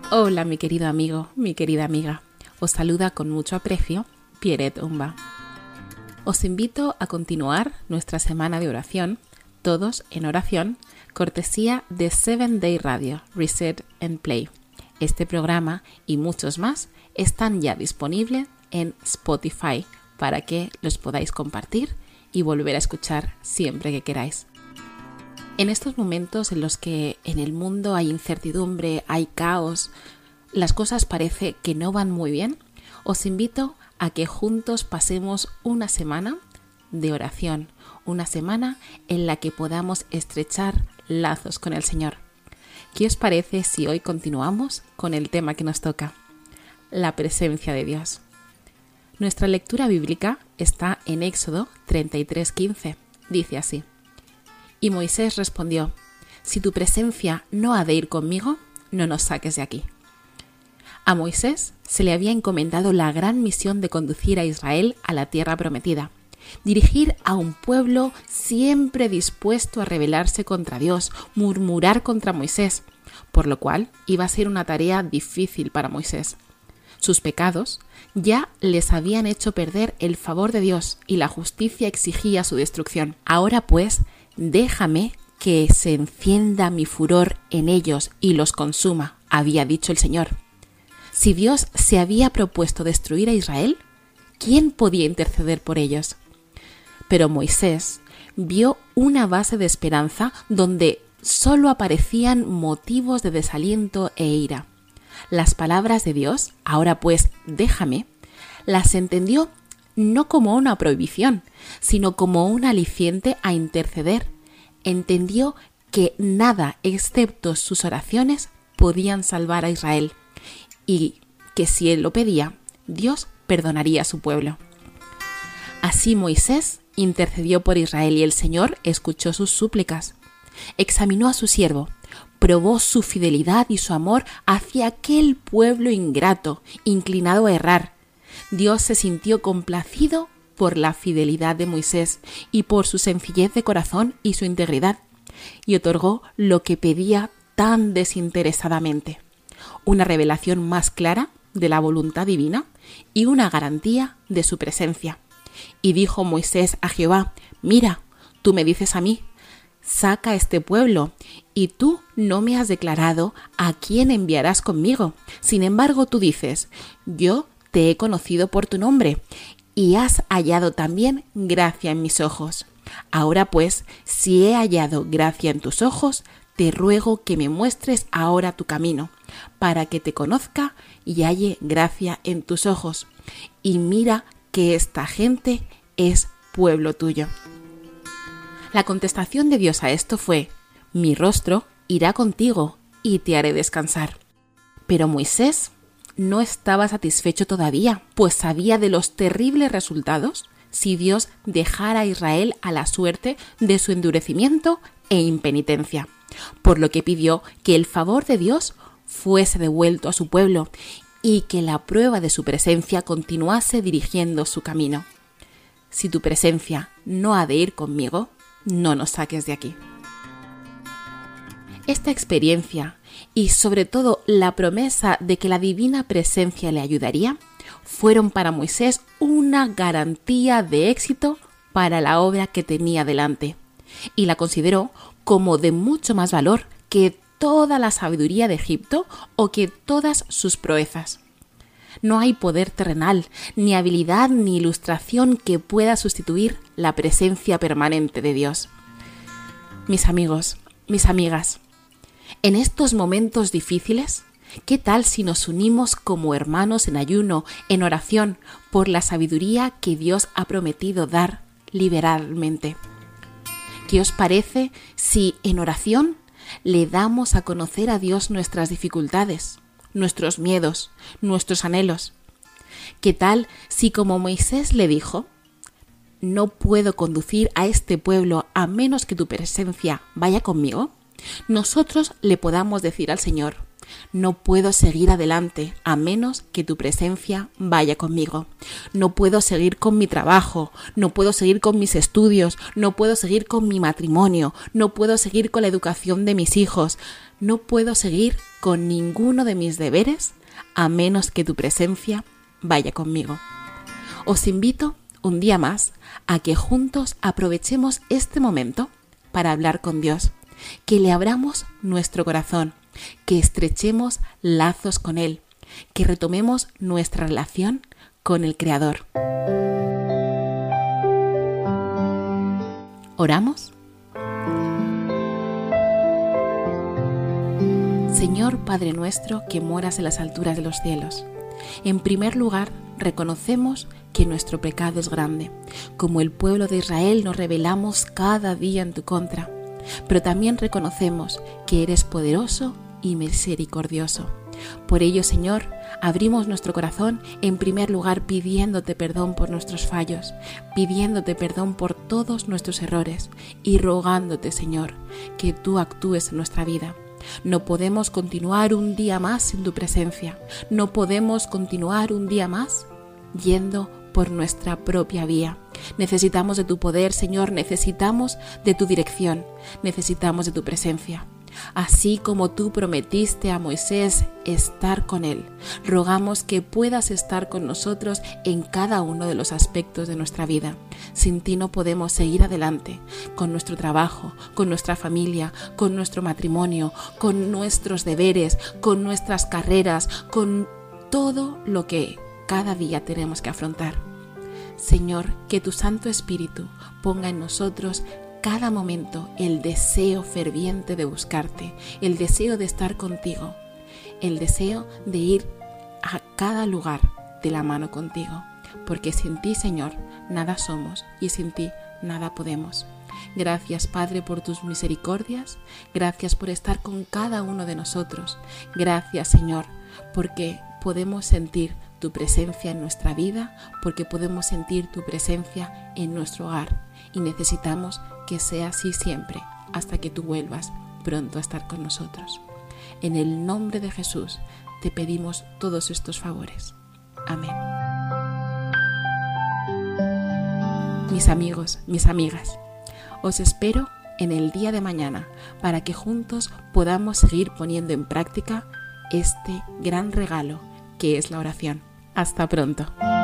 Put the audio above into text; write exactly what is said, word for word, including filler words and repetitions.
Hola mi querido amigo, mi querida amiga. Os saluda con mucho aprecio Pierrette Umba. Os invito a continuar nuestra semana de oración, todos en oración, cortesía de Seven Day Radio, Reset and Play. Este programa y muchos más están ya disponibles en Spotify para que los podáis compartir y volver a escuchar siempre que queráis. En estos momentos en los que en el mundo hay incertidumbre, hay caos, las cosas parece que no van muy bien, os invito a que juntos pasemos una semana de oración, una semana en la que podamos estrechar lazos con el Señor. ¿Qué os parece si hoy continuamos con el tema que nos toca? La presencia de Dios. Nuestra lectura bíblica está en Éxodo treinta y tres quince. Dice así: Y Moisés respondió: Si tu presencia no ha de ir conmigo, no nos saques de aquí. A Moisés se le había encomendado la gran misión de conducir a Israel a la tierra prometida, dirigir a un pueblo siempre dispuesto a rebelarse contra Dios, murmurar contra Moisés, por lo cual iba a ser una tarea difícil para Moisés. Sus pecados ya les habían hecho perder el favor de Dios y la justicia exigía su destrucción. Ahora pues, déjame que se encienda mi furor en ellos y los consuma, había dicho el Señor. Si Dios se había propuesto destruir a Israel, ¿quién podía interceder por ellos? Pero Moisés vio una base de esperanza donde solo aparecían motivos de desaliento e ira. Las palabras de Dios, ahora pues, déjame, las entendió no como una prohibición, sino como un aliciente a interceder. Entendió que nada excepto sus oraciones podían salvar a Israel y que si él lo pedía, Dios perdonaría a su pueblo. Así Moisés intercedió por Israel y el Señor escuchó sus súplicas. Examinó a su siervo, probó su fidelidad y su amor hacia aquel pueblo ingrato, inclinado a errar. Dios se sintió complacido por la fidelidad de Moisés y por su sencillez de corazón y su integridad, y otorgó lo que pedía tan desinteresadamente: una revelación más clara de la voluntad divina y una garantía de su presencia. Y dijo Moisés a Jehová: Mira, tú me dices a mí, saca este pueblo, y tú no me has declarado a quién enviarás conmigo. Sin embargo, tú dices: Yo te he conocido por tu nombre, y has hallado también gracia en mis ojos. Ahora pues, si he hallado gracia en tus ojos, te ruego que me muestres ahora tu camino, para que te conozca y halle gracia en tus ojos. Y mira que esta gente es pueblo tuyo. La contestación de Dios a esto fue: mi rostro irá contigo y te haré descansar. Pero Moisés no estaba satisfecho todavía, pues sabía de los terribles resultados si Dios dejara a Israel a la suerte de su endurecimiento e impenitencia, por lo que pidió que el favor de Dios fuese devuelto a su pueblo y que la prueba de su presencia continuase dirigiendo su camino. Si tu presencia no ha de ir conmigo, no nos saques de aquí. Esta experiencia y sobre todo la promesa de que la divina presencia le ayudaría fueron para Moisés una garantía de éxito para la obra que tenía delante, y la consideró como de mucho más valor que toda la sabiduría de Egipto o que todas sus proezas. No hay poder terrenal, ni habilidad ni ilustración que pueda sustituir la presencia permanente de Dios. Mis amigos, mis amigas, en estos momentos difíciles, ¿qué tal si nos unimos como hermanos en ayuno, en oración, por la sabiduría que Dios ha prometido dar liberalmente? ¿Qué os parece si en oración le damos a conocer a Dios nuestras dificultades, nuestros miedos, nuestros anhelos? ¿Qué tal si, como Moisés le dijo: no puedo conducir a este pueblo a menos que tu presencia vaya conmigo? Nosotros le podamos decir al Señor: no puedo seguir adelante a menos que tu presencia vaya conmigo. No puedo seguir con mi trabajo, no puedo seguir con mis estudios, no puedo seguir con mi matrimonio, no puedo seguir con la educación de mis hijos, no puedo seguir con ninguno de mis deberes a menos que tu presencia vaya conmigo. Os invito un día más a que juntos aprovechemos este momento para hablar con Dios, que le abramos nuestro corazón, que estrechemos lazos con Él, que retomemos nuestra relación con el Creador. ¿Oramos? Señor Padre nuestro que moras en las alturas de los cielos, en primer lugar reconocemos que nuestro pecado es grande. Como el pueblo de Israel nos rebelamos cada día en tu contra, pero también reconocemos que eres poderoso y misericordioso. Por ello, Señor, abrimos nuestro corazón en primer lugar pidiéndote perdón por nuestros fallos, pidiéndote perdón por todos nuestros errores y rogándote, Señor, que tú actúes en nuestra vida. No podemos continuar un día más sin tu presencia. No podemos continuar un día más yendo por nuestra propia vía. Necesitamos de tu poder, Señor, necesitamos de tu dirección, necesitamos de tu presencia. Así como tú prometiste a Moisés estar con él, rogamos que puedas estar con nosotros en cada uno de los aspectos de nuestra vida. Sin ti no podemos seguir adelante con nuestro trabajo, con nuestra familia, con nuestro matrimonio, con nuestros deberes, con nuestras carreras, con todo lo que cada día tenemos que afrontar. Señor, que tu Santo Espíritu ponga en nosotros cada momento el deseo ferviente de buscarte, el deseo de estar contigo, el deseo de ir a cada lugar de la mano contigo, porque sin ti, Señor, nada somos y sin ti nada podemos. Gracias, Padre, por tus misericordias, gracias por estar con cada uno de nosotros, gracias, Señor, porque podemos sentir tu presencia en nuestra vida, porque podemos sentir tu presencia en nuestro hogar y necesitamos que sea así siempre hasta que tú vuelvas pronto a estar con nosotros. En el nombre de Jesús te pedimos todos estos favores. Amén. Mis amigos, mis amigas, os espero en el día de mañana para que juntos podamos seguir poniendo en práctica este gran regalo que es la oración. Hasta pronto.